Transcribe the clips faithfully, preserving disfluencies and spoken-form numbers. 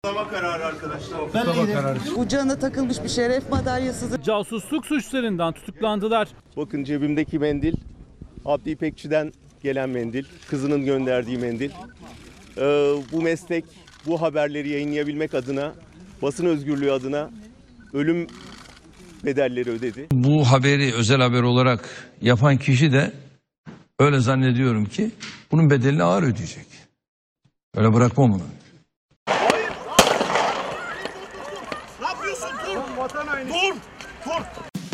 Tutuklama kararı arkadaşlar. Tutuklama kararı. Ucuna takılmış bir şeref madalyası. Casusluk suçlarından tutuklandılar. Bakın cebimdeki mendil, Abdi İpekçi'den gelen mendil, kızının gönderdiği mendil. Ee, bu meslek, bu haberleri yayınlayabilmek adına, basın özgürlüğü adına ölüm bedelleri ödedi. Bu haberi özel haber olarak yapan kişi de öyle zannediyorum ki bunun bedelini ağır ödeyecek. Öyle bırakmam onu. Ne yapıyorsun? Dur! Vatan haini. Dur! Dur!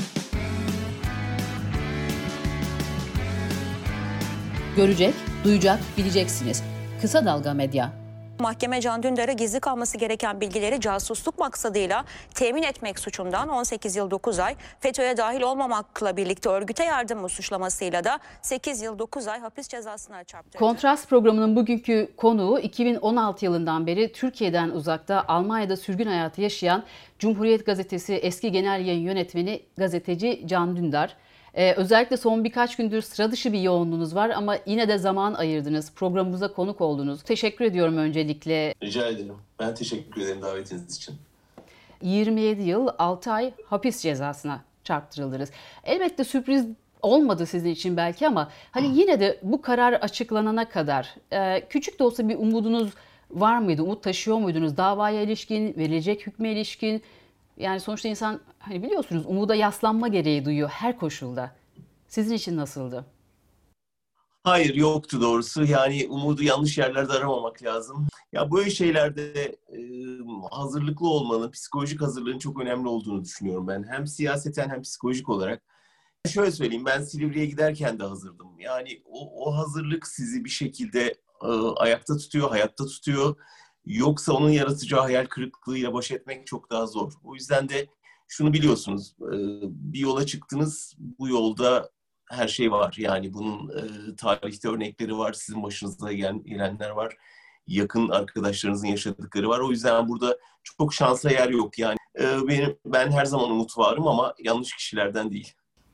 Görecek, duyacak, bileceksiniz. Kısa Dalga Medya. Mahkeme Can Dündar'a gizli kalması gereken bilgileri casusluk maksadıyla temin etmek suçundan on sekiz yıl dokuz ay, FETÖ'ye dahil olmamakla birlikte örgüte yardım suçlamasıyla da sekiz yıl dokuz ay hapis cezasına çarptırdı. Kontrast programının bugünkü konuğu iki bin on altı yılından beri Türkiye'den uzakta Almanya'da sürgün hayatı yaşayan Cumhuriyet Gazetesi eski genel yayın yönetmeni gazeteci Can Dündar. Ee, özellikle son birkaç gündür sıra dışı bir yoğunluğunuz var ama yine de zaman ayırdınız. Programımıza konuk oldunuz. Teşekkür ediyorum öncelikle. Rica ederim. Ben teşekkür ederim davetiniz için. yirmi yedi yıl altı ay hapis cezasına çarptırıldınız. Elbette sürpriz olmadı sizin için belki ama hani yine de bu karar açıklanana kadar e, küçük de olsa bir umudunuz var mıydı? Umut taşıyor muydunuz? Davaya ilişkin, verilecek hükme ilişkin? Yani sonuçta insan hani biliyorsunuz umuda yaslanma gereği duyuyor her koşulda. Sizin için nasıldı? Hayır, yoktu doğrusu. Yani umudu yanlış yerlerde aramamak lazım. Ya böyle şeylerde e, hazırlıklı olmanın, psikolojik hazırlığın çok önemli olduğunu düşünüyorum ben. Hem siyaseten hem psikolojik olarak. Şöyle söyleyeyim, ben Silivri'ye giderken de hazırdım. Yani o, o hazırlık sizi bir şekilde e, ayakta tutuyor, hayatta tutuyor. Yoksa onun yaratacağı hayal kırıklığıyla baş etmek çok daha zor. O yüzden de şunu biliyorsunuz, e, bir yola çıktınız, bu yolda her şey var. Yani bunun e, tarihte örnekleri var, sizin başınıza gelen, gelenler var, yakın arkadaşlarınızın yaşadıkları var. O yüzden burada çok şansa yer yok. Yani e, benim ben her zaman umut varım ama yanlış kişilerden değil.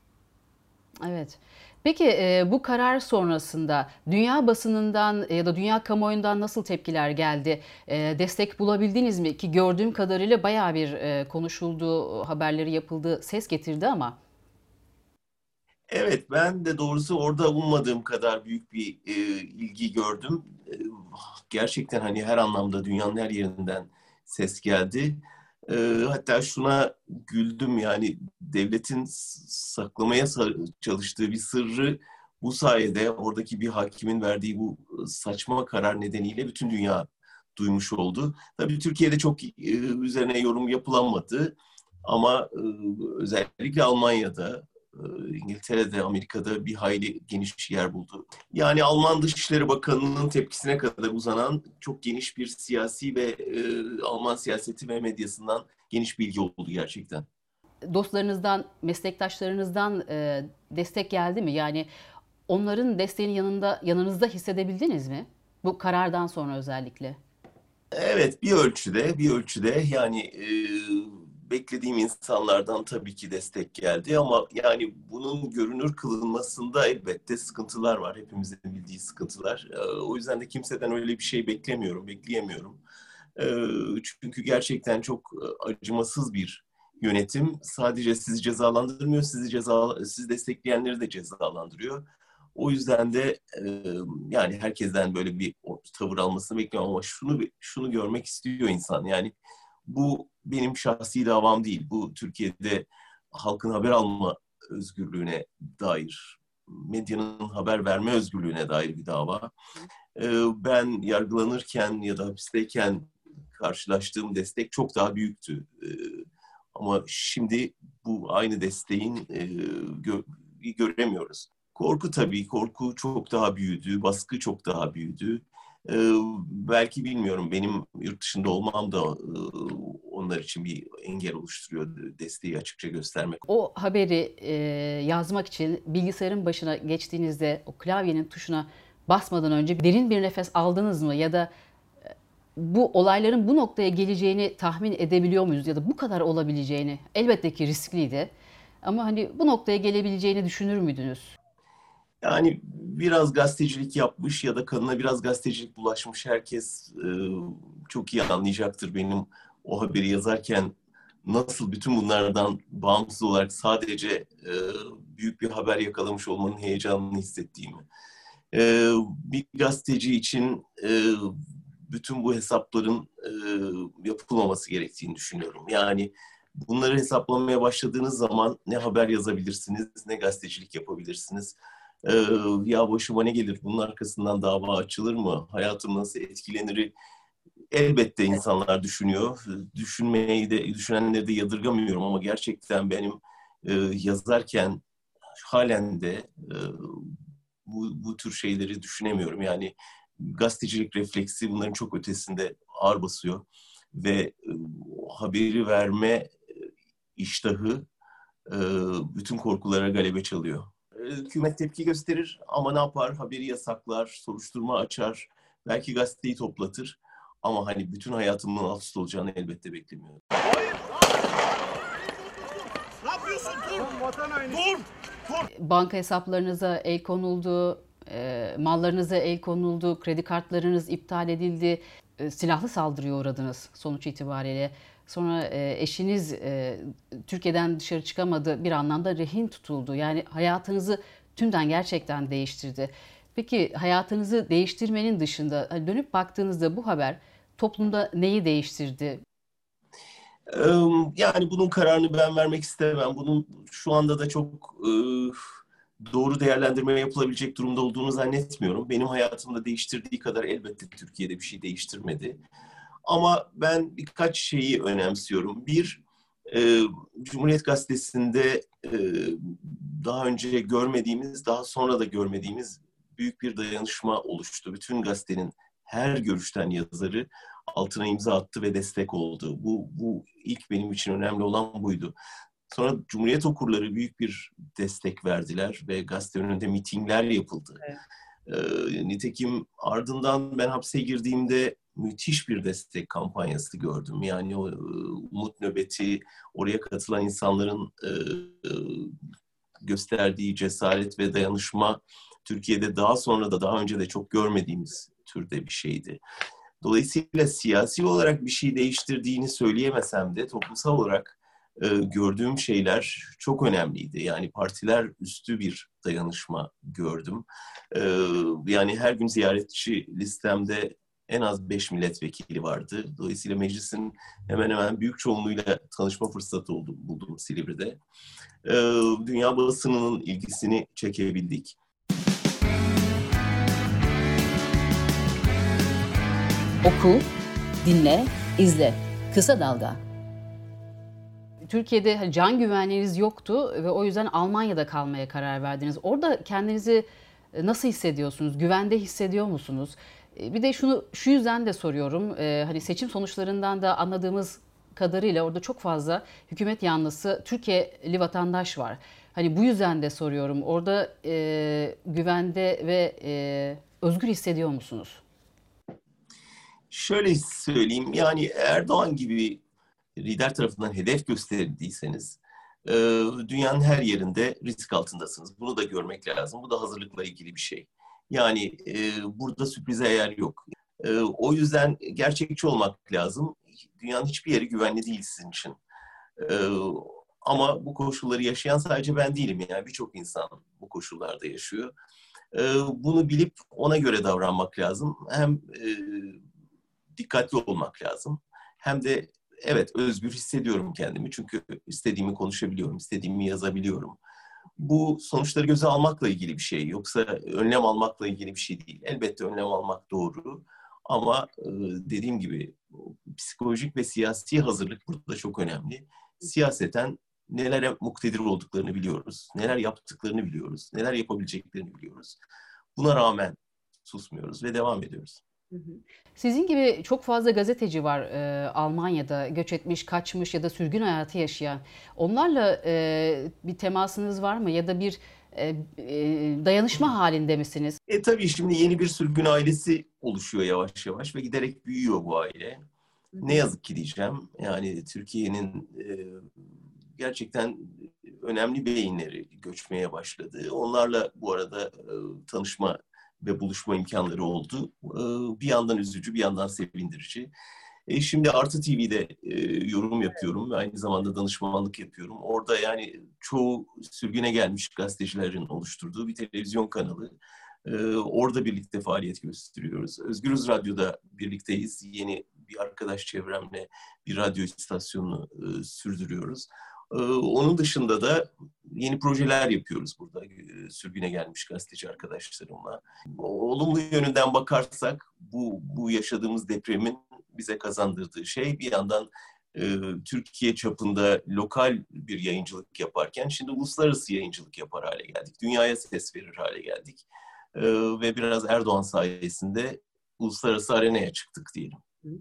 Evet. Peki e, bu karar sonrasında dünya basınından ya da dünya kamuoyundan nasıl tepkiler geldi? E, destek bulabildiniz mi? Ki gördüğüm kadarıyla bayağı bir e, konuşuldu, haberleri yapıldı, ses getirdi ama. Evet, ben de doğrusu orada ummadığım kadar büyük bir e, ilgi gördüm. E, gerçekten hani her anlamda dünyanın her yerinden ses geldi. E, hatta şuna güldüm, yani devletin saklamaya çalıştığı bir sırrı bu sayede oradaki bir hakimin verdiği bu saçma karar nedeniyle bütün dünya duymuş oldu. Tabii Türkiye'de çok e, üzerine yorum yapılamadı ama e, özellikle Almanya'da, İngiltere'de, Amerika'da bir hayli geniş yer buldu. Yani Alman Dışişleri Bakanı'nın tepkisine kadar uzanan çok geniş bir siyasi ve e, Alman siyaseti ve medyasından geniş bilgi oldu gerçekten. Dostlarınızdan, meslektaşlarınızdan e, destek geldi mi? Yani onların desteğini yanında yanınızda hissedebildiniz mi? Bu karardan sonra özellikle. Evet, bir ölçüde, bir ölçüde yani e, beklediğim insanlardan tabii ki destek geldi ama yani bunun görünür kılınmasında elbette sıkıntılar var. Hepimizin bildiği sıkıntılar. E, o yüzden de kimseden öyle bir şey beklemiyorum, bekleyemiyorum. E, çünkü gerçekten çok acımasız bir yönetim. Sadece sizi cezalandırmıyor, sizi ceza, sizi destekleyenleri de cezalandırıyor. O yüzden de e, yani herkesten böyle bir tavır almasını bekliyorum ama şunu şunu görmek istiyor insan. Yani bu benim şahsi davam değil. Bu Türkiye'de halkın haber alma özgürlüğüne dair, medyanın haber verme özgürlüğüne dair bir dava. E, ben yargılanırken ya da hapisteyken karşılaştığım destek çok daha büyüktü. E, ama şimdi bu aynı desteğin e, gö- göremiyoruz. Korku tabii, korku çok daha büyüdü, baskı çok daha büyüdü. Ee, belki bilmiyorum, benim yurt dışında olmam da e, onlar için bir engel oluşturuyor, desteği açıkça göstermek. O haberi e, yazmak için bilgisayarın başına geçtiğinizde o klavyenin tuşuna basmadan önce derin bir nefes aldınız mı? Ya da e, bu olayların bu noktaya geleceğini tahmin edebiliyor muyuz? Ya da bu kadar olabileceğini? Elbette ki riskliydi ama hani bu noktaya gelebileceğini düşünür müydünüz? Yani biraz gazetecilik yapmış ya da kanına biraz gazetecilik bulaşmış herkes e, çok iyi anlayacaktır benim o haberi yazarken nasıl bütün bunlardan bağımsız olarak sadece e, büyük bir haber yakalamış olmanın heyecanını hissettiğimi. E, bir gazeteci için e, bütün bu hesapların e, yapılmaması gerektiğini düşünüyorum. Yani bunları hesaplamaya başladığınız zaman ne haber yazabilirsiniz, ne gazetecilik yapabilirsiniz. Ee, ya başıma ne gelir, bunun arkasından dava açılır mı, hayatım nasıl etkilenir? Elbette insanlar düşünüyor. Düşünmeyi de, düşünenleri de yadırgamıyorum ama gerçekten benim e, yazarken halen de e, bu, bu tür şeyleri düşünemiyorum. Yani gazetecilik refleksi bunların çok ötesinde ağır basıyor ve e, haberi verme iştahı e, bütün korkulara galebe çalıyor. Hükümet tepki gösterir ama ne yapar? Haberi yasaklar, soruşturma açar, belki gazeteyi toplatır. Ama hani bütün hayatımın alt üst olacağını elbette beklemiyorum. Ne yapıyorsun? Dur! Dur! Banka hesaplarınıza el konuldu, e, mallarınıza el konuldu, kredi kartlarınız iptal edildi, e, silahlı saldırıya uğradınız sonuç itibariyle. Sonra e, eşiniz e, Türkiye'den dışarı çıkamadı, bir anlamda rehin tutuldu. Yani hayatınızı tümden gerçekten değiştirdi. Peki hayatınızı değiştirmenin dışında hani dönüp baktığınızda bu haber toplumda neyi değiştirdi? Yani bunun kararını ben vermek istemem. Bunun şu anda da çok e, doğru değerlendirme yapılabilecek durumda olduğunu zannetmiyorum. Benim hayatımda değiştirdiği kadar elbette Türkiye'de bir şey değiştirmedi. Ama ben birkaç şeyi önemsiyorum. Bir, e, Cumhuriyet Gazetesi'nde e, daha önce görmediğimiz, daha sonra da görmediğimiz büyük bir dayanışma oluştu. Bütün gazetenin her görüşten yazarı altına imza attı ve destek oldu. Bu, bu ilk benim için önemli olan buydu. Sonra Cumhuriyet okurları büyük bir destek verdiler ve gazete önünde mitingler yapıldı. Evet. E, nitekim ardından ben hapse girdiğimde müthiş bir destek kampanyası gördüm. Yani o umut nöbeti, oraya katılan insanların e, e, gösterdiği cesaret ve dayanışma Türkiye'de daha sonra da daha önce de çok görmediğimiz türde bir şeydi. Dolayısıyla siyasi olarak bir şey değiştirdiğini söyleyemesem de toplumsal olarak e, gördüğüm şeyler çok önemliydi. Yani partiler üstü bir dayanışma gördüm. E, yani her gün ziyaretçi listemde en az beş milletvekili vardı. Dolayısıyla meclisin hemen hemen büyük çoğunluğuyla tanışma fırsatı oldu, buldum Silivri'de. Ee, dünya basınının ilgisini çekebildik. Oku, dinle, izle. Kısa Dalga. Türkiye'de can güvenliğiniz yoktu ve o yüzden Almanya'da kalmaya karar verdiniz. Orada kendinizi nasıl hissediyorsunuz? Güvende hissediyor musunuz? Bir de şunu şu yüzden de soruyorum. Ee, hani seçim sonuçlarından da anladığımız kadarıyla orada çok fazla hükümet yanlısı Türkiye'li vatandaş var. Hani bu yüzden de soruyorum. Orada e, güvende ve e, özgür hissediyor musunuz? Şöyle söyleyeyim. Yani Erdoğan gibi lider tarafından hedef gösterildiyseniz e, dünyanın her yerinde risk altındasınız. Bunu da görmek lazım. Bu da hazırlıkla ilgili bir şey. Yani e, burada sürprize yer yok. E, o yüzden gerçekçi olmak lazım. Dünyanın hiçbir yeri güvenli değil sizin için. E, ama bu koşulları yaşayan sadece ben değilim. Yani birçok insan bu koşullarda yaşıyor. E, bunu bilip ona göre davranmak lazım. Hem e, dikkatli olmak lazım. Hem de evet özgür hissediyorum kendimi. Çünkü istediğimi konuşabiliyorum, istediğimi yazabiliyorum. Bu sonuçları göze almakla ilgili bir şey. Yoksa önlem almakla ilgili bir şey değil. Elbette önlem almak doğru. Ama dediğim gibi psikolojik ve siyasi hazırlık burada çok önemli. Siyaseten nelere muktedir olduklarını biliyoruz. Neler yaptıklarını biliyoruz. Neler yapabileceklerini biliyoruz. Buna rağmen susmuyoruz ve devam ediyoruz. Sizin gibi çok fazla gazeteci var e, Almanya'da göç etmiş, kaçmış ya da sürgün hayatı yaşayan. Onlarla e, bir temasınız var mı ya da bir e, e, dayanışma halinde misiniz? E tabii şimdi yeni bir sürgün ailesi oluşuyor yavaş yavaş ve giderek büyüyor bu aile. Ne yazık ki diyeceğim. Yani Türkiye'nin e, gerçekten önemli beyinleri göçmeye başladı. Onlarla bu arada e, tanışma ve buluşma imkanları oldu. E, bir yandan üzücü, bir yandan sevindirici. E, şimdi Artı T V'de e, yorum yapıyorum ve aynı zamanda danışmanlık yapıyorum. Orada yani çoğu sürgüne gelmiş gazetecilerin oluşturduğu bir televizyon kanalı. E, orada birlikte faaliyet gösteriyoruz. Özgürüz Radyo'da birlikteyiz. Yeni bir arkadaş çevremle bir radyo istasyonunu e, sürdürüyoruz. E, onun dışında da yeni projeler yapıyoruz burada e, sürgüne gelmiş gazeteci arkadaşlarımla. Olumlu yönünden bakarsak bu, bu yaşadığımız depremin bize kazandırdığı şey bir yandan e, Türkiye çapında lokal bir yayıncılık yaparken şimdi uluslararası yayıncılık yapar hale geldik. Dünyaya ses verir hale geldik. E, ve biraz Erdoğan sayesinde uluslararası arenaya çıktık diyelim.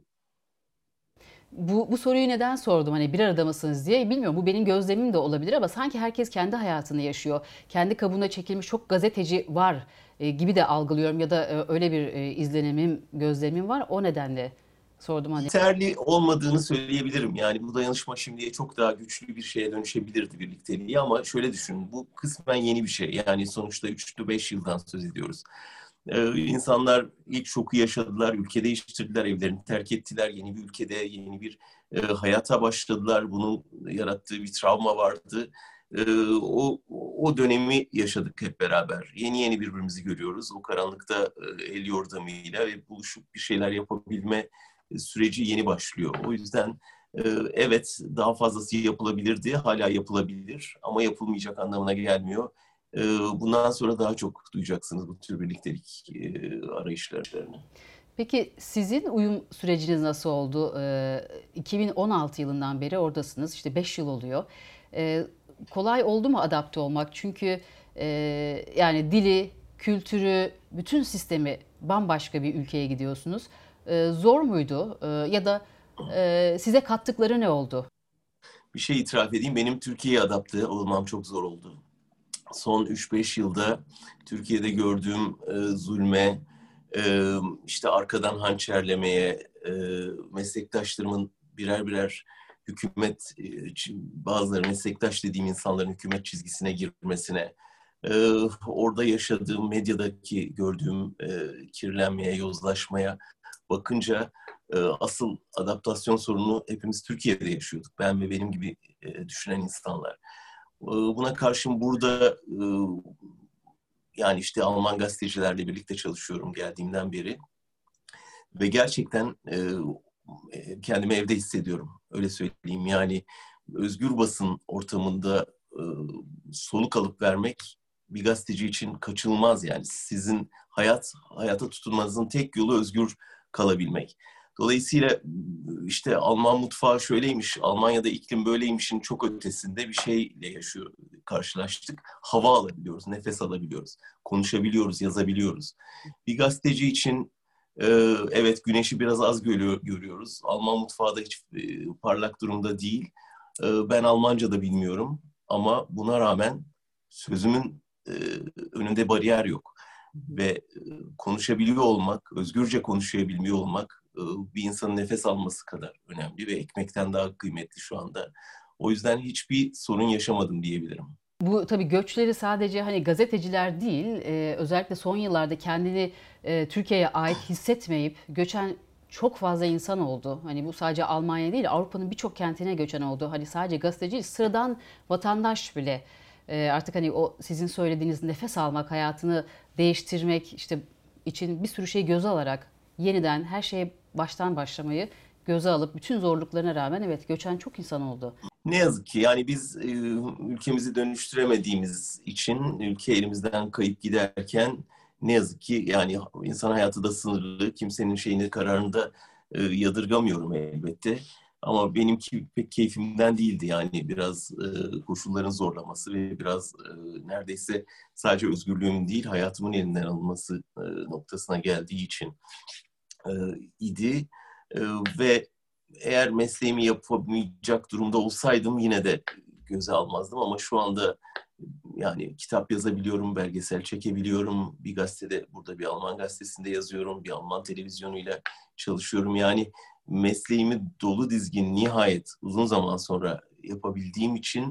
Bu, bu soruyu neden sordum hani bir arada mısınız diye bilmiyorum. Bu benim gözlemim de olabilir ama sanki herkes kendi hayatını yaşıyor. Kendi kabuğuna çekilmiş çok gazeteci var e, gibi de algılıyorum ya da e, öyle bir e, izlenimim, gözlemim var. O nedenle sordum hani. Yeterli olmadığını söyleyebilirim. Yani bu dayanışma şimdiye çok daha güçlü bir şeye dönüşebilirdi birlikteliği ama şöyle düşünün. Bu kısmen yeni bir şey. Yani sonuçta üç beş yıldan söz ediyoruz. Ee, insanlar ilk şoku yaşadılar, ülke değiştirdiler, evlerini terk ettiler, yeni bir ülkede yeni bir e, hayata başladılar. Bunun yarattığı bir travma vardı. Ee, o, o dönemi yaşadık hep beraber. Yeni yeni birbirimizi görüyoruz. O karanlıkta e, el yordamıyla ve buluşup bir şeyler yapabilme süreci yeni başlıyor. O yüzden e, evet daha fazlası yapılabilirdi, hala yapılabilir ama yapılmayacak anlamına gelmiyor. Bundan sonra daha çok duyacaksınız bu tür birliktelik arayışlarını. Peki sizin uyum süreciniz nasıl oldu? iki bin on altı yılından beri oradasınız. İşte beş yıl oluyor. Kolay oldu mu adapte olmak? Çünkü yani dili, kültürü, bütün sistemi bambaşka bir ülkeye gidiyorsunuz. Zor muydu? Ya da size kattıkları ne oldu? Bir şey itiraf edeyim. Benim Türkiye'ye adapte olmam çok zor oldu. Son üç beş yılda Türkiye'de gördüğüm e, zulme, e, işte arkadan hançerlemeye, e, meslektaşlarımın birer birer hükümet, e, bazıları meslektaş dediğim insanların hükümet çizgisine girmesine, e, orada yaşadığım, medyadaki gördüğüm e, kirlenmeye, yozlaşmaya bakınca e, asıl adaptasyon sorunu hepimiz Türkiye'de yaşıyorduk. Ben ve benim gibi e, düşünen insanlar. Buna karşın burada yani işte Alman gazetecilerle birlikte çalışıyorum geldiğimden beri ve gerçekten kendimi evde hissediyorum. Öyle söyleyeyim. Yani özgür basın ortamında soluk alıp vermek bir gazeteci için kaçınılmaz yani. Sizin hayat hayata tutunmanızın tek yolu özgür kalabilmek. Dolayısıyla işte Alman mutfağı şöyleymiş, Almanya'da iklim böyleymişin çok ötesinde bir şeyle yaşıyor, karşılaştık. Hava alabiliyoruz, nefes alabiliyoruz, konuşabiliyoruz, yazabiliyoruz. Bir gazeteci için e, evet güneşi biraz az görüyor, görüyoruz. Alman mutfağı da hiç e, parlak durumda değil. E, ben Almanca da bilmiyorum ama buna rağmen sözümün e, önünde bariyer yok. Ve e, konuşabiliyor olmak, özgürce konuşabiliyor olmak bir insanın nefes alması kadar önemli ve ekmekten daha kıymetli şu anda. O yüzden hiçbir sorun yaşamadım diyebilirim. Bu tabii göçleri sadece hani gazeteciler değil, e, özellikle son yıllarda kendini e, Türkiye'ye ait hissetmeyip göçen çok fazla insan oldu. Hani bu sadece Almanya değil, Avrupa'nın birçok kentine göçen oldu. Hani sadece gazeteci değil, sıradan vatandaş bile e, artık hani o sizin söylediğiniz nefes almak, hayatını değiştirmek işte için bir sürü şey göze alarak yeniden her şeye baştan başlamayı göze alıp bütün zorluklarına rağmen evet göçen çok insan oldu. Ne yazık ki yani biz e, ülkemizi dönüştüremediğimiz için ülke elimizden kayıp giderken ne yazık ki yani insan hayatı da sınırlı. Kimsenin şeyini kararını da e, yadırgamıyorum elbette. Ama benimki pek keyfimden değildi yani biraz e, koşulların zorlaması ve biraz e, neredeyse sadece özgürlüğümün değil hayatımın elinden alınması e, noktasına geldiği için e, idi. E, ve eğer mesleğimi yapamayacak durumda olsaydım yine de göze almazdım ama şu anda yani kitap yazabiliyorum, belgesel çekebiliyorum. Bir gazetede, burada bir Alman gazetesinde yazıyorum, bir Alman televizyonuyla çalışıyorum. Yani mesleğimi dolu dizgin nihayet uzun zaman sonra yapabildiğim için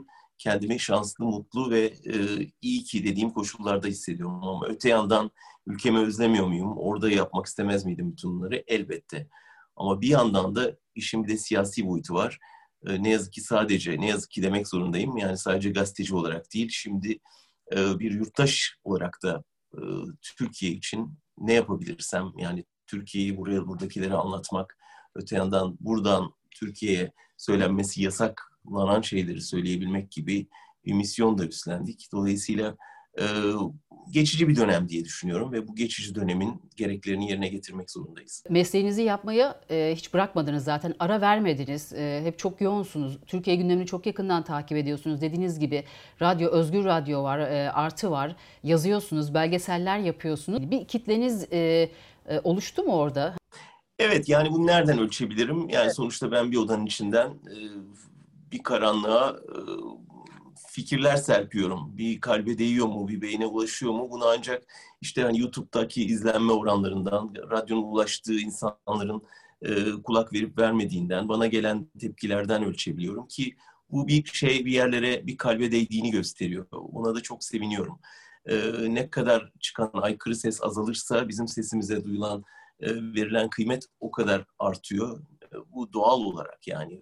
kendimi şanslı, mutlu ve e, iyi ki dediğim koşullarda hissediyorum. Ama öte yandan ülkemi özlemiyor muyum? Orada yapmak istemez miydim bütün bunları? Elbette. Ama bir yandan da işin bir de siyasi boyutu var. E, ne yazık ki sadece, ne yazık ki demek zorundayım. Yani sadece gazeteci olarak değil, şimdi e, bir yurttaş olarak da e, Türkiye için ne yapabilirsem, yani Türkiye'yi buraya, buradakilere anlatmak, öte yandan buradan Türkiye'ye söylenmesi yasaklanan şeyleri söyleyebilmek gibi bir misyon da üstlendik. Dolayısıyla e, geçici bir dönem diye düşünüyorum ve bu geçici dönemin gereklerini yerine getirmek zorundayız. Mesleğinizi yapmaya e, hiç bırakmadınız zaten, ara vermediniz. E, hep çok yoğunsunuz. Türkiye gündemini çok yakından takip ediyorsunuz. Dediğiniz gibi radyo, Özgür Radyo var, e, Artı var. Yazıyorsunuz, belgeseller yapıyorsunuz. Bir kitleniz e, e, oluştu mu orada? Evet, yani bunu nereden ölçebilirim? Yani sonuçta ben bir odanın içinden e, bir karanlığa e, fikirler serpiyorum. Bir kalbe değiyor mu, bir beyne ulaşıyor mu? Bunu ancak işte hani YouTube'daki izlenme oranlarından, radyonun ulaştığı insanların e, kulak verip vermediğinden, bana gelen tepkilerden ölçebiliyorum ki bu bir şey, bir yerlere, bir kalbe değdiğini gösteriyor. Ona da çok seviniyorum. E, ne kadar çıkan aykırı ses azalırsa bizim sesimize duyulan, e, verilen kıymet o kadar artıyor. E, bu doğal olarak yani.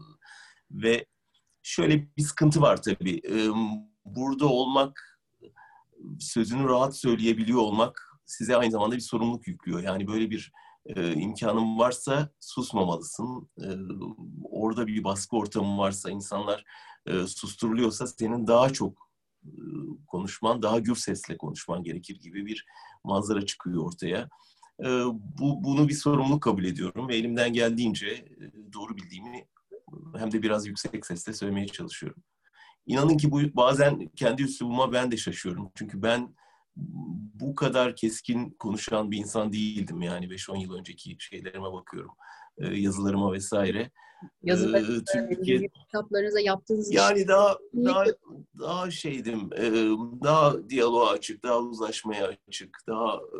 Ve şöyle bir sıkıntı var tabii. Burada olmak, sözünü rahat söyleyebiliyor olmak size aynı zamanda bir sorumluluk yüklüyor. Yani böyle bir e, imkanın varsa susmamalısın. E, orada bir baskı ortamı varsa, insanlar e, susturuluyorsa senin daha çok e, konuşman, daha gür sesle konuşman gerekir gibi bir manzara çıkıyor ortaya. E, bu bunu bir sorumluluk kabul ediyorum ve elimden geldiğince e, doğru bildiğimi hem de biraz yüksek sesle söylemeye çalışıyorum. İnanın ki bu bazen kendi üslubuma ben de şaşıyorum. Çünkü ben bu kadar keskin konuşan bir insan değildim. Yani beş on yıl önceki şeylerime bakıyorum. Ee, yazılarıma vesaire. Yazılarınızda, Ee, Türkiye, kitaplarınızda yaptığınız yani daha daha daha şeydim. E, daha diyaloğa açık, daha uzlaşmaya açık, daha e,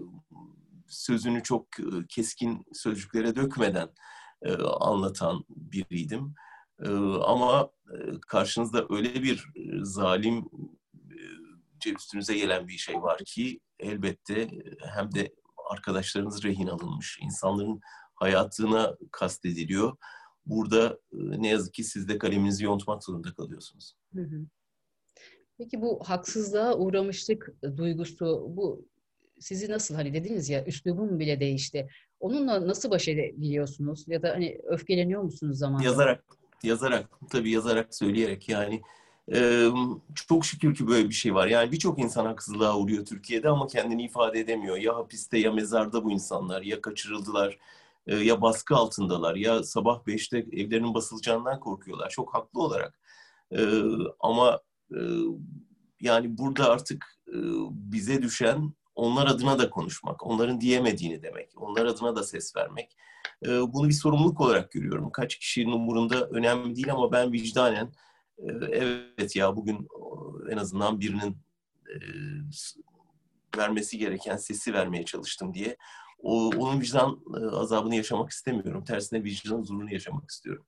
sözünü çok keskin sözcüklere dökmeden e, anlatan biriydim. E, ama e, karşınızda öyle bir e, zalim e, üstünüze gelen bir şey var ki elbette hem de arkadaşlarınız rehin alınmış, insanların hayatına kastediliyor. Burada e, ne yazık ki siz de kaleminizi yontmak zorunda kalıyorsunuz. Hı hı. Peki bu haksızlığa uğramışlık duygusu, bu sizi nasıl, hani dediniz ya üslubum bile değişti. Onunla nasıl baş edebiliyorsunuz? Ya da hani öfkeleniyor musunuz zamanla? Yazarak, yazarak, tabii yazarak, söyleyerek yani. Ee, çok şükür ki böyle bir şey var. Yani birçok insan haksızlığa uğruyor Türkiye'de ama kendini ifade edemiyor. Ya hapiste ya mezarda bu insanlar, ya kaçırıldılar, e, ya baskı altındalar, ya sabah beşte evlerinin basılacağından korkuyorlar. Çok haklı olarak. Ee, ama e, yani burada artık e, bize düşen onlar adına da konuşmak, onların diyemediğini demek, onlar adına da ses vermek. E, bunu bir sorumluluk olarak görüyorum. Kaç kişinin umurunda önemli değil ama ben vicdanen e, evet ya bugün en azından birinin e, vermesi gereken sesi vermeye çalıştım diye o, onun vicdan e, azabını yaşamak istemiyorum. Tersine vicdan huzurunu yaşamak istiyorum.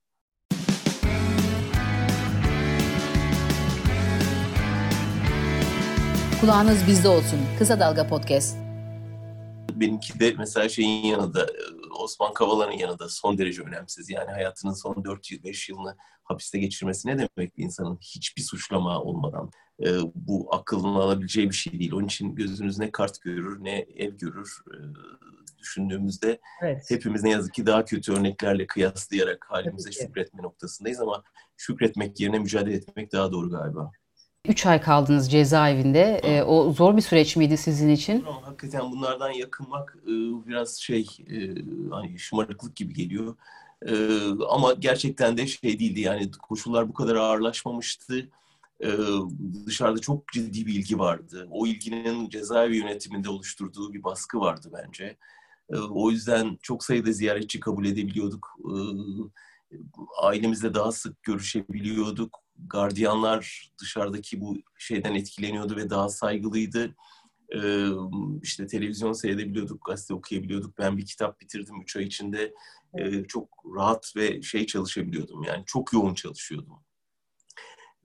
Kulağınız bizde olsun. Kısa Dalga Podcast. Benimki de mesela şeyin yanında, Osman Kavala'nın yanında son derece önemsiz. Yani hayatının son dört yıl, beş yılını hapiste geçirmesi ne demek bir insanın hiçbir suçlama olmadan? E, bu aklının alabileceği bir şey değil. Onun için gözünüz ne kart görür ne ev görür. E, düşündüğümüzde Evet. hepimiz ne yazık ki daha kötü örneklerle kıyaslayarak halimize şükretme noktasındayız ama şükretmek yerine mücadele etmek daha doğru galiba. Üç ay kaldınız cezaevinde. E, o zor bir süreç miydi sizin için? Ama hakikaten bunlardan yakınmak e, biraz şey e, hani şımarıklık gibi geliyor. E, ama gerçekten de şey değildi yani koşullar bu kadar ağırlaşmamıştı. E, dışarıda çok ciddi bir ilgi vardı. O ilginin cezaevi yönetiminde oluşturduğu bir baskı vardı bence. E, o yüzden çok sayıda ziyaretçi kabul edebiliyorduk. E, ailemizle daha sık görüşebiliyorduk. Gardiyanlar dışarıdaki bu şeyden etkileniyordu ve daha saygılıydı. Ee, işte televizyon seyredebiliyorduk, gazete okuyabiliyorduk. Ben bir kitap bitirdim üç ay içinde. Ee, çok rahat ve şey çalışabiliyordum. Yani çok yoğun çalışıyordum.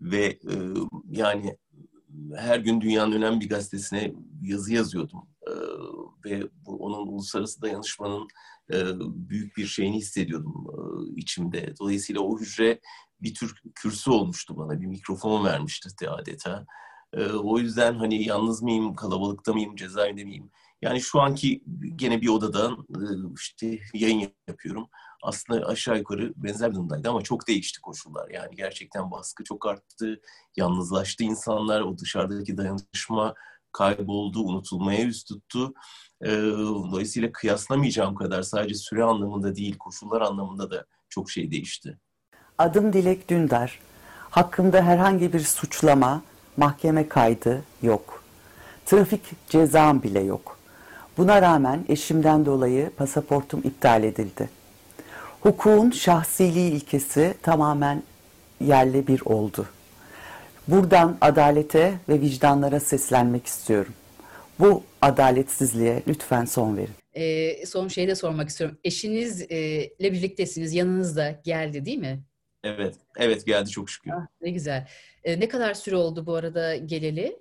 ve e, yani her gün dünyanın önemli bir gazetesine yazı yazıyordum. E, ve bu, onun uluslararası dayanışmanın e, büyük bir şeyini hissediyordum e, içimde. Dolayısıyla o hücre bir tür kürsü olmuştu bana, bir mikrofon vermişti adeta. E, o yüzden hani yalnız mıyım, kalabalıkta mıyım, cezaevinde miyim? Yani şu anki gene bir odadan e, işte yayın yapıyorum. Aslında aşağı yukarı benzer durumdaydı ama çok değişti koşullar. Yani gerçekten baskı çok arttı, yalnızlaştı insanlar, o dışarıdaki dayanışma kayboldu, unutulmaya yüz tuttu. Ee, dolayısıyla kıyaslamayacağım kadar sadece süre anlamında değil, koşullar anlamında da çok şey değişti. Adım Dilek Dündar. Hakkımda herhangi bir suçlama, mahkeme kaydı yok. Trafik cezam bile yok. Buna rağmen eşimden dolayı pasaportum iptal edildi. Hukukun şahsiliği ilkesi tamamen yerle bir oldu. Buradan adalete ve vicdanlara seslenmek istiyorum. Bu adaletsizliğe lütfen son verin. Ee, son şeyi de sormak istiyorum. Eşinizle birliktesiniz, yanınızda geldi değil mi? Evet, evet geldi çok şükür. Ah, ne güzel. Ee, ne kadar süre oldu bu arada geleli?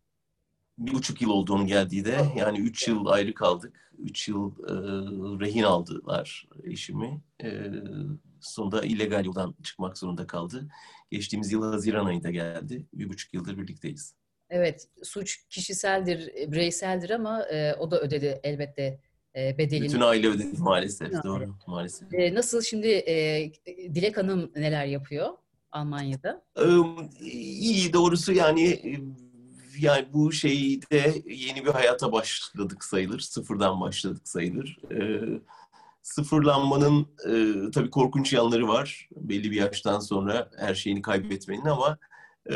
Bir buçuk yıl oldu onun geldiği de. Yani üç yıl ayrı kaldık. Üç yıl e, rehin aldılar eşimi. E, sonunda illegal yoldan çıkmak zorunda kaldı. Geçtiğimiz yıl Haziran ayında geldi. Bir buçuk yıldır birlikteyiz. Evet, suç kişiseldir, bireyseldir ama e, o da ödedi elbette e, bedelini. Bütün aile ödedi maalesef. Bütün Doğru, aile. maalesef. E, nasıl şimdi e, Dilek Hanım neler yapıyor Almanya'da? Ee, iyi doğrusu yani yani bu şeyde yeni bir hayata başladık sayılır. Sıfırdan başladık sayılır. Ee, sıfırlanmanın e, tabii korkunç yanları var. Belli bir yaştan sonra her şeyini kaybetmenin ama e,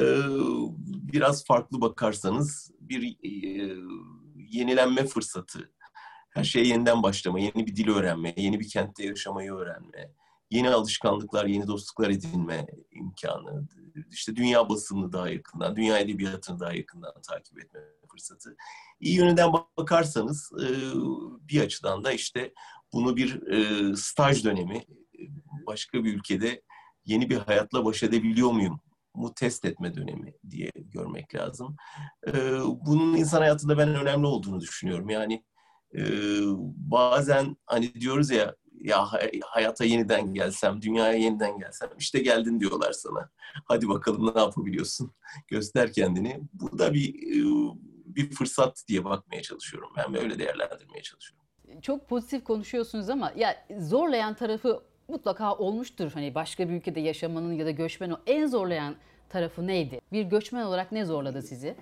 biraz farklı bakarsanız bir e, yenilenme fırsatı. Her şeye yeniden başlama, yeni bir dil öğrenme, yeni bir kentte yaşamayı öğrenme, yeni alışkanlıklar, yeni dostluklar edinme imkanı, işte dünya basınını daha yakından, dünya edebiyatını daha yakından takip etme fırsatı. İyi yönünden bakarsanız bir açıdan da işte bunu bir staj dönemi, başka bir ülkede yeni bir hayatla baş edebiliyor muyum? Bu test etme dönemi diye görmek lazım. Bunun insan hayatında ben önemli olduğunu düşünüyorum. Yani Ee, bazen hani diyoruz ya ya hayata yeniden gelsem, dünyaya yeniden gelsem, işte geldin diyorlar sana. Hadi bakalım ne yapabiliyorsun? Göster kendini. Bu da bir bir fırsat diye bakmaya çalışıyorum. Ben öyle değerlendirmeye çalışıyorum. Çok pozitif konuşuyorsunuz ama ya zorlayan tarafı mutlaka olmuştur. Hani başka bir ülkede yaşamanın ya da göçmen o en zorlayan tarafı neydi? Bir göçmen olarak ne zorladı sizi?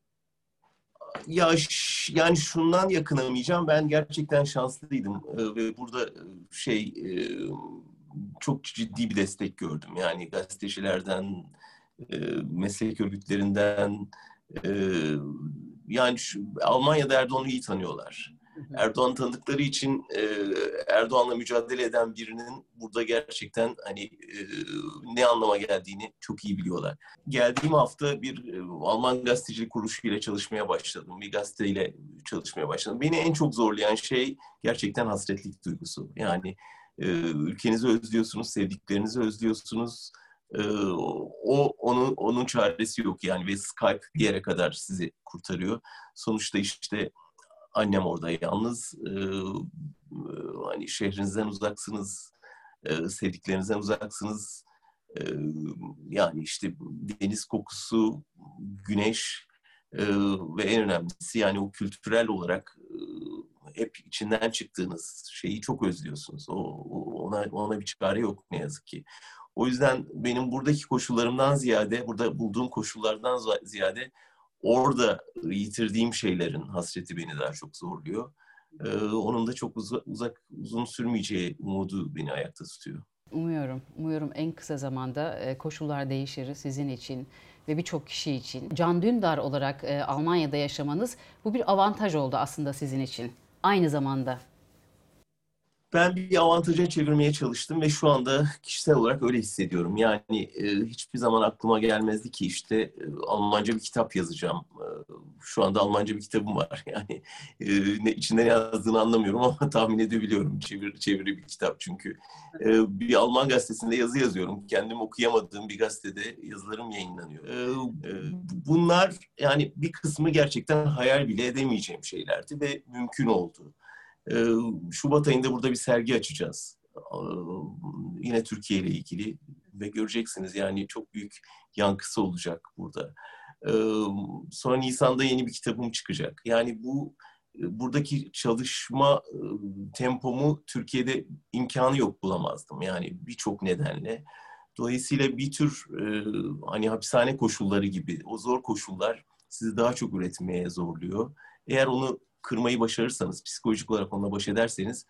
Ya yani şundan yakınamayacağım. Ben gerçekten şanslıydım ee, ve burada şey e, çok ciddi bir destek gördüm. Yani gazetecilerden, e, meslek örgütlerinden, e, yani şu, Almanya'da Erdoğan'ı iyi tanıyorlar. Erdoğan tanıdıkları için e, Erdoğan'la mücadele eden birinin burada gerçekten hani e, ne anlama geldiğini çok iyi biliyorlar. Geldiğim hafta bir e, Alman gazetecilik kuruluşuyla çalışmaya başladım. Bir gazeteyle çalışmaya başladım. Beni en çok zorlayan şey gerçekten hasretlik duygusu. Yani e, ülkenizi özlüyorsunuz, sevdiklerinizi özlüyorsunuz. E, o onun onun çaresi yok yani ve Skype bir yere kadar sizi kurtarıyor. Sonuçta işte annem orada yalnız, e, hani şehrinizden uzaksınız, e, sevdiklerinizden uzaksınız. E, yani işte deniz kokusu, güneş e, ve en önemlisi yani o kültürel olarak e, hep içinden çıktığınız şeyi çok özlüyorsunuz. O, ona, ona bir çare yok ne yazık ki. O yüzden benim buradaki koşullarımdan ziyade, burada bulduğum koşullardan ziyade orada yitirdiğim şeylerin hasreti beni daha çok zorluyor. Ee, onun da çok uzak, uzak, uzun sürmeyeceği umudu beni ayakta tutuyor. Umuyorum, umuyorum en kısa zamanda koşullar değişir sizin için ve birçok kişi için. Can Dündar olarak Almanya'da yaşamanız bu bir avantaj oldu aslında sizin için. Aynı zamanda. Ben bir avantaja çevirmeye çalıştım ve şu anda kişisel olarak öyle hissediyorum. Yani e, hiçbir zaman aklıma gelmezdi ki işte e, Almanca bir kitap yazacağım. E, şu anda Almanca bir kitabım var. Yani e, ne içinde ne yazdığını anlamıyorum ama tahmin edebiliyorum. Çeviri, çeviri bir kitap çünkü. E, bir Alman gazetesinde yazı yazıyorum. Kendim okuyamadığım bir gazetede yazılarım yayınlanıyor. E, e, bunlar yani bir kısmı gerçekten hayal bile edemeyeceğim şeylerdi ve mümkün oldu. Şubat ayında burada bir sergi açacağız. Yine Türkiye ile ilgili ve göreceksiniz yani çok büyük yankısı olacak burada. Sonra Nisan'da yeni bir kitabım çıkacak. Yani bu buradaki çalışma tempomu Türkiye'de imkanı yok bulamazdım. Yani birçok nedenle. Dolayısıyla bir tür hani hapishane koşulları gibi o zor koşullar sizi daha çok üretmeye zorluyor. Eğer onu kırmayı başarırsanız, psikolojik olarak onunla baş ederseniz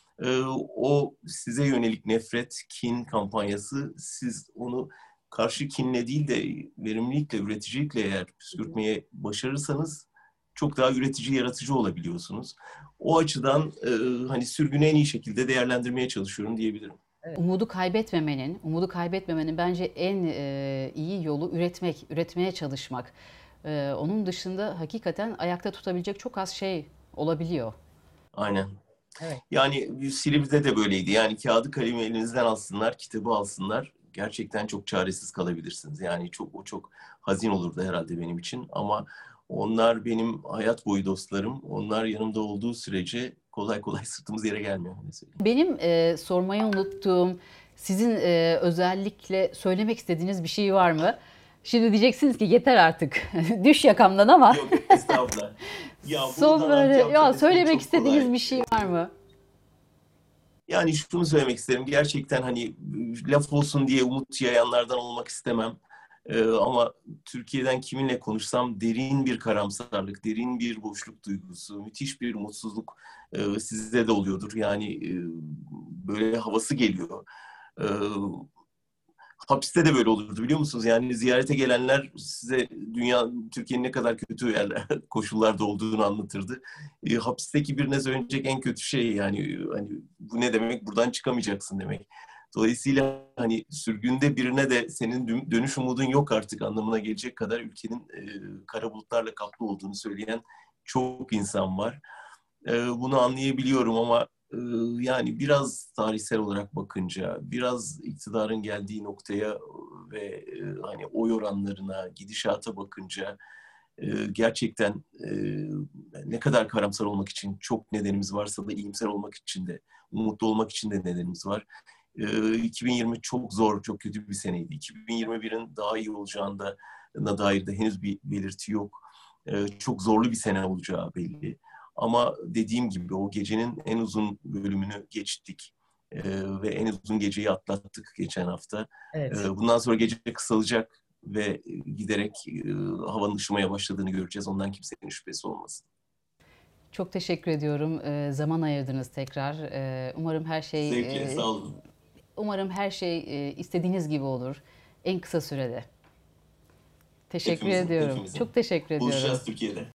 o size yönelik nefret, kin kampanyası siz onu karşı kinle değil de verimlilikle, üreticilikle eğer püskürtmeye başarırsanız çok daha üretici, yaratıcı olabiliyorsunuz. O açıdan hani sürgünü en iyi şekilde değerlendirmeye çalışıyorum diyebilirim. Umudu kaybetmemenin, umudu kaybetmemenin bence en e, iyi yolu üretmek, üretmeye çalışmak. E, onun dışında hakikaten ayakta tutabilecek çok az şey olabiliyor. Aynen. Evet. Yani Silivri'de de böyleydi. Yani kağıdı kalemi elinizden alsınlar, kitabı alsınlar. Gerçekten çok çaresiz kalabilirsiniz. Yani çok o çok hazin olurdu herhalde benim için. Ama onlar benim hayat boyu dostlarım. Onlar yanımda olduğu sürece kolay kolay sırtımız yere gelmiyor. Mesela. Benim e, sormayı unuttuğum, sizin e, özellikle söylemek istediğiniz bir şey var mı? Şimdi diyeceksiniz ki yeter artık. Düş yakamdan ama. Yok estağfurullah. Ya, Son böyle, ya söylemek istediğiniz kolay. bir şey var mı? Yani şunu söylemek isterim. Gerçekten hani laf olsun diye umut yayanlardan olmak istemem. Ee, ama Türkiye'den kiminle konuşsam derin bir karamsarlık, derin bir boşluk duygusu, müthiş bir mutsuzluk e, sizde de oluyordur. Yani e, böyle havası geliyor. E, hapiste de böyle olurdu biliyor musunuz? Yani ziyarete gelenler size dünya, Türkiye'nin ne kadar kötü yerler, koşullarda olduğunu anlatırdı. E, hapisteki birine söyleyecek en kötü şey yani hani bu ne demek? Buradan çıkamayacaksın demek. Dolayısıyla hani sürgünde birine de senin dönüş umudun yok artık anlamına gelecek kadar ülkenin e, kara bulutlarla kaplı olduğunu söyleyen çok insan var. E, bunu anlayabiliyorum ama e, yani biraz tarihsel olarak bakınca, biraz iktidarın geldiği noktaya ve e, hani oy oranlarına, gidişata bakınca e, gerçekten e, ne kadar karamsar olmak için çok nedenimiz varsa da iyimser olmak için de, umutlu olmak için de nedenimiz var. iki bin yirmi çok zor, çok kötü bir seneydi. iki bin yirmi birin daha iyi olacağına dair de henüz bir belirti yok. Çok zorlu bir sene olacağı belli. Ama dediğim gibi o gecenin en uzun bölümünü geçtik. Ve en uzun geceyi atlattık geçen hafta. Evet. Bundan sonra gece kısalacak ve giderek havanın ışımaya başladığını göreceğiz. Ondan kimsenin şüphesi olmasın. Çok teşekkür ediyorum. Zaman ayırdınız tekrar. Umarım her şey... Zevkle, sağ olun. Umarım her şey istediğiniz gibi olur en kısa sürede. Teşekkür hepimizin, ediyorum. Hepimizin. Çok teşekkür ediyorum. Buluşacağız Türkiye'de.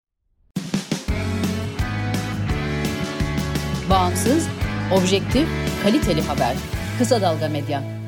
Bağımsız, objektif, kaliteli haber. Kısa Dalga Medya.